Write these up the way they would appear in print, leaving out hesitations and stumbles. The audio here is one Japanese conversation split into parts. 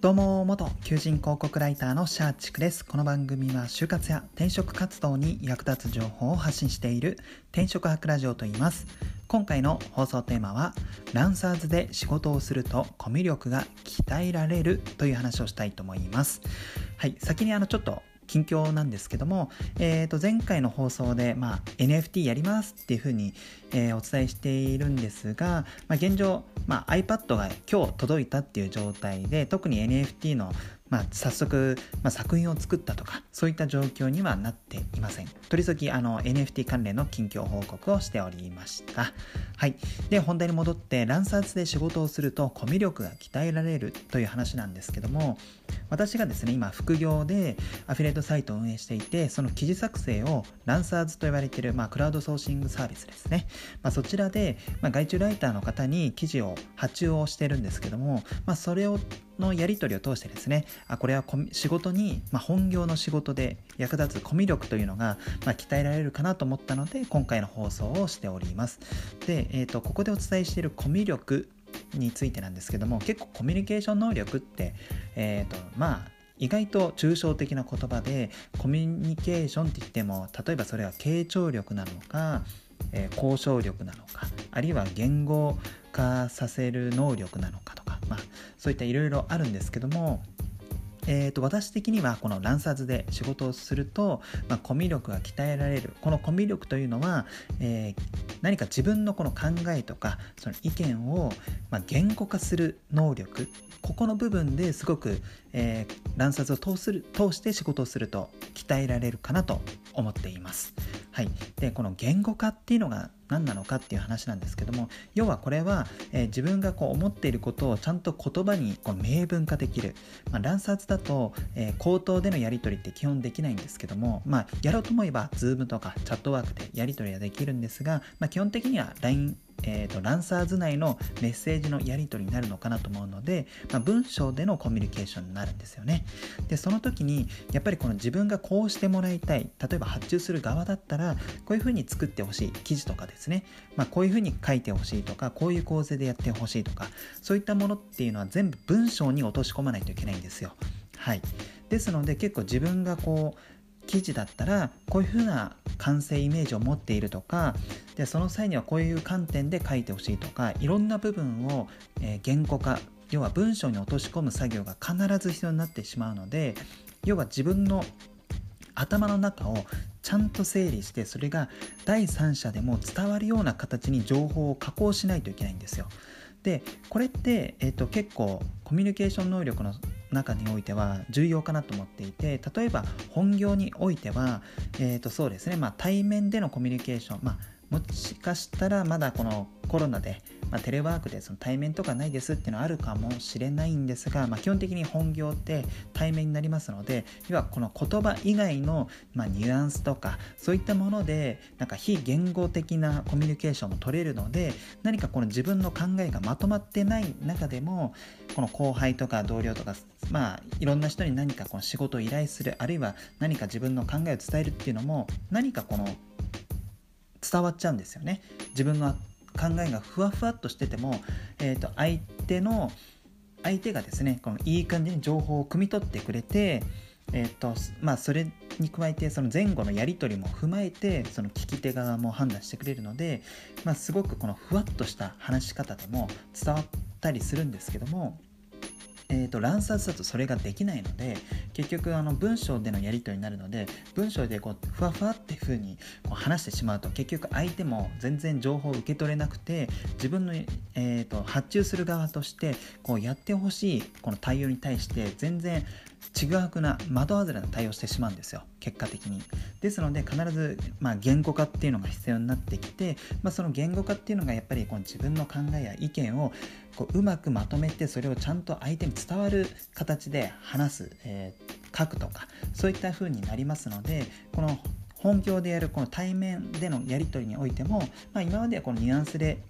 どうも、元求人広告ライターのシャーチクです。この番組は就活や転職活動に役立つ情報を発信している転職博ラジオと言います。今回の放送テーマは、ランサーズで仕事をするとコミュ力が鍛えられるという話をしたいと思います。はい、先にちょっと近況なんですけども、前回の放送で、NFT やりますっていうふうに、お伝えしているんですが、現状、iPad が今日届いたっていう状態で、特に NFT の早速、作品を作ったとかそういった状況にはなっていません。取り急ぎNFT 関連の近況報告をしておりました。はい。で、本題に戻って、ランサーズで仕事をするとコミュ力が鍛えられるという話なんですけども、私がですね、今副業でアフィリエイトサイトを運営していて、その記事作成をランサーズと言われている、クラウドソーシングサービスですね。そちらで、外注ライターの方に記事を発注をしてるんですけども、それのやり取りを通してですね、これは仕事に、本業の仕事で役立つコミュ力というのが、鍛えられるかなと思ったので、今回の放送をしております。で、ここでお伝えしているコミュ力についてなんですけども、結構コミュニケーション能力って、意外と抽象的な言葉で、コミュニケーションって言っても、例えばそれは傾聴力なのか、交渉力なのか、あるいは言語化させる能力なのかとか、そういったいろいろあるんですけども、私的にはこのランサーズで仕事をすると、コミュ力が鍛えられる。このコミュ力というのは、何か自分のこの考えとかその意見を、言語化する能力、ここの部分ですごく、ランサーズを通して仕事をすると鍛えられるかなと思っています。はい。で、この言語化っていうのが何なのかっていう話なんですけども、要はこれは、自分が思っていることをちゃんと言葉に明文化できる。ランサーズだと、口頭でのやり取りって基本できないんですけども、やろうと思えば Zoom とかチャットワークでやり取りはできるんですが、基本的には LINE、ランサーズ内のメッセージのやり取りになるのかなと思うので、文章でのコミュニケーションになるんですよね。で、その時にやっぱりこの自分がこうしてもらいたい、例えば発注する側だったらこういう風に作ってほしい記事とかですね、こういう風に書いてほしいとか、こういう構成でやってほしいとか、そういったものっていうのは全部文章に落とし込まないといけないんですよ。はい。ですので結構自分が記事だったらこういう風な完成イメージを持っているとか、でその際にはこういう観点で書いてほしいとか、いろんな部分を、言語化、要は文章に落とし込む作業が必ず必要になってしまうので、要は自分の頭の中をちゃんと整理して、それが第三者でも伝わるような形に情報を加工しないといけないんですよ。で、これって、結構コミュニケーション能力の中においては重要かなと思っていて、例えば本業においては、そうですね、対面でのコミュニケーション、もしかしたらまだこのコロナで、テレワークでその対面とかないですっていうのはあるかもしれないんですが、基本的に本業って対面になりますので、要はこの言葉以外の、ニュアンスとかそういったもので非言語的なコミュニケーションも取れるので、何かこの自分の考えがまとまってない中でも、この後輩とか同僚とか、いろんな人に何かこの仕事を依頼する、あるいは何か自分の考えを伝えるっていうのも、何かこの伝わっちゃうんですよね。自分の考えがふわふわっとしてても、相手がですね、このいい感じに情報を汲み取ってくれて、それに加えてその前後のやり取りも踏まえて、その聞き手側も判断してくれるので、すごくこのふわっとした話し方でも伝わったりするんですけども、ランサーズだとそれができないので、結局文章でのやり取りになるので、文章でふわふわっていう風に話してしまうと、結局相手も全然情報を受け取れなくて、自分の、発注する側としてやってほしいこの対応に対して全然ちぐはぐな的外れな対応してしまうんですよ、結果的に。ですので必ず、言語化っていうのが必要になってきて、その言語化っていうのがやっぱり自分の考えや意見をうまくまとめて、それをちゃんと相手に伝わる形で話す、書くとか、そういった風になりますので、この本業でやるこの対面でのやり取りにおいても、今まではこのニュアンスで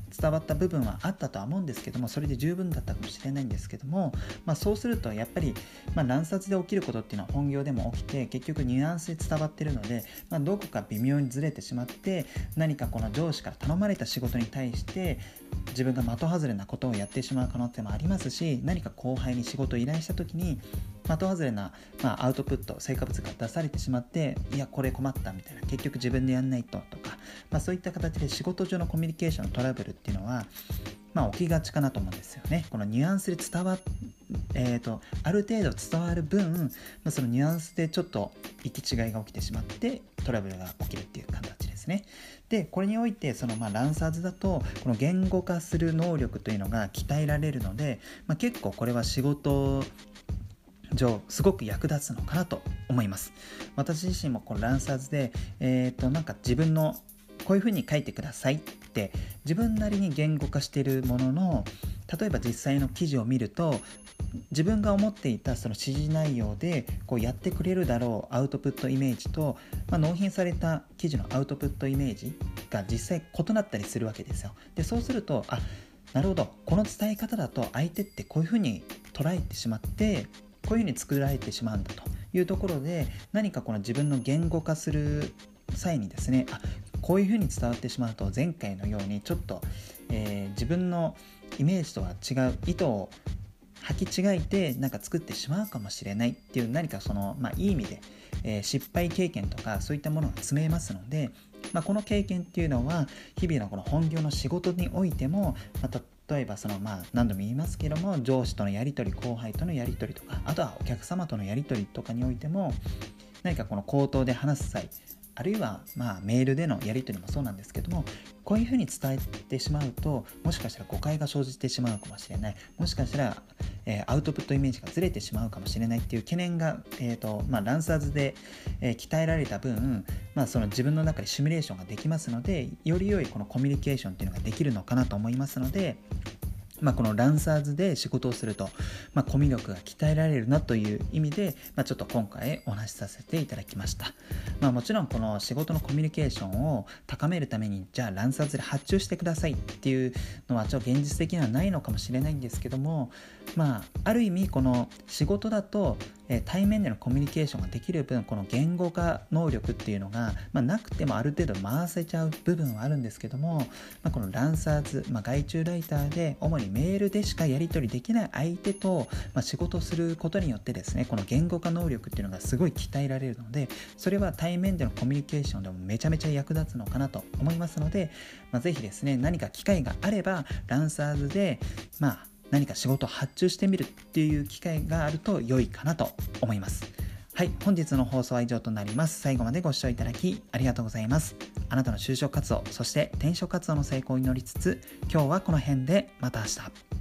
伝わった部分はあったとは思うんですけども、それで十分だったかもしれないんですけども、そうするとやっぱり、乱殺で起きることっていうのは本業でも起きて、結局ニュアンスで伝わってるので、どこか微妙にずれてしまって、何かこの上司から頼まれた仕事に対して自分が的外れなことをやってしまう可能性もありますし、何か後輩に仕事を依頼した時に的外れな、アウトプット、成果物が出されてしまって、いやこれ困ったみたいな、結局自分でやんないととか、そういった形で仕事上のコミュニケーションのトラブルっていうのは起きがちかなと思うんですよね。このニュアンスで伝わある程度伝わる分、そのニュアンスでちょっと行き違いが起きてしまってトラブルが起きるっていう形ですね。でこれにおいてランサーズだとこの言語化する能力というのが鍛えられるので、結構これは仕事上すごく役立つのかなと思います。私自身もこのランサーズで、なんか自分のこういうふうに書いてくださいって自分なりに言語化しているものの、例えば実際の記事を見ると自分が思っていたその指示内容でこうやってくれるだろうアウトプットイメージと、納品された記事のアウトプットイメージが実際異なったりするわけですよ。でそうするとなるほど、この伝え方だと相手ってこういうふうに捉えてしまってこういうふうに作られてしまうんだというところで、何かこの自分の言語化する際にですね、こういうふうに伝わってしまうと前回のようにちょっと、自分のイメージとは違う意図を履き違えてなんか作ってしまうかもしれないっていう、何かその、いい意味で、失敗経験とかそういったものが積めますので、この経験っていうのは日々のこの本業の仕事においても、例えば何度も言いますけども、上司とのやり取り、後輩とのやり取りとか、あとはお客様とのやり取りとかにおいても、何かこの口頭で話す際、あるいはメールでのやり取りもそうなんですけども、こういうふうに伝えてしまうともしかしたら誤解が生じてしまうかもしれない、もしかしたら、アウトプットイメージがずれてしまうかもしれないっていう懸念が、ランサーズで、鍛えられた分、その自分の中でシミュレーションができますので、より良いこのコミュニケーションっていうのができるのかなと思いますので、このランサーズで仕事をすると、コミュ力が鍛えられるなという意味で、ちょっと今回お話しさせていただきました。もちろんこの仕事のコミュニケーションを高めるためにじゃあランサーズで発注してくださいっていうのはちょっと現実的にはないのかもしれないんですけども、ある意味この仕事だと、対面でのコミュニケーションができる分、この言語化能力っていうのが、なくてもある程度回せちゃう部分はあるんですけども、このランサーズ、外注ライターで主にメールでしかやり取りできない相手と、仕事をすることによってですね、この言語化能力っていうのがすごい鍛えられるので、それは対面でのコミュニケーションでもめちゃめちゃ役立つのかなと思いますので、ぜひですね、何か機会があればランサーズで何か仕事を発注してみるっていう機会があると良いかなと思います。はい、本日の放送は以上となります。最後までご視聴いただきありがとうございます。あなたの就職活動、そして転職活動の成功を祈りつつ、今日はこの辺で、また明日。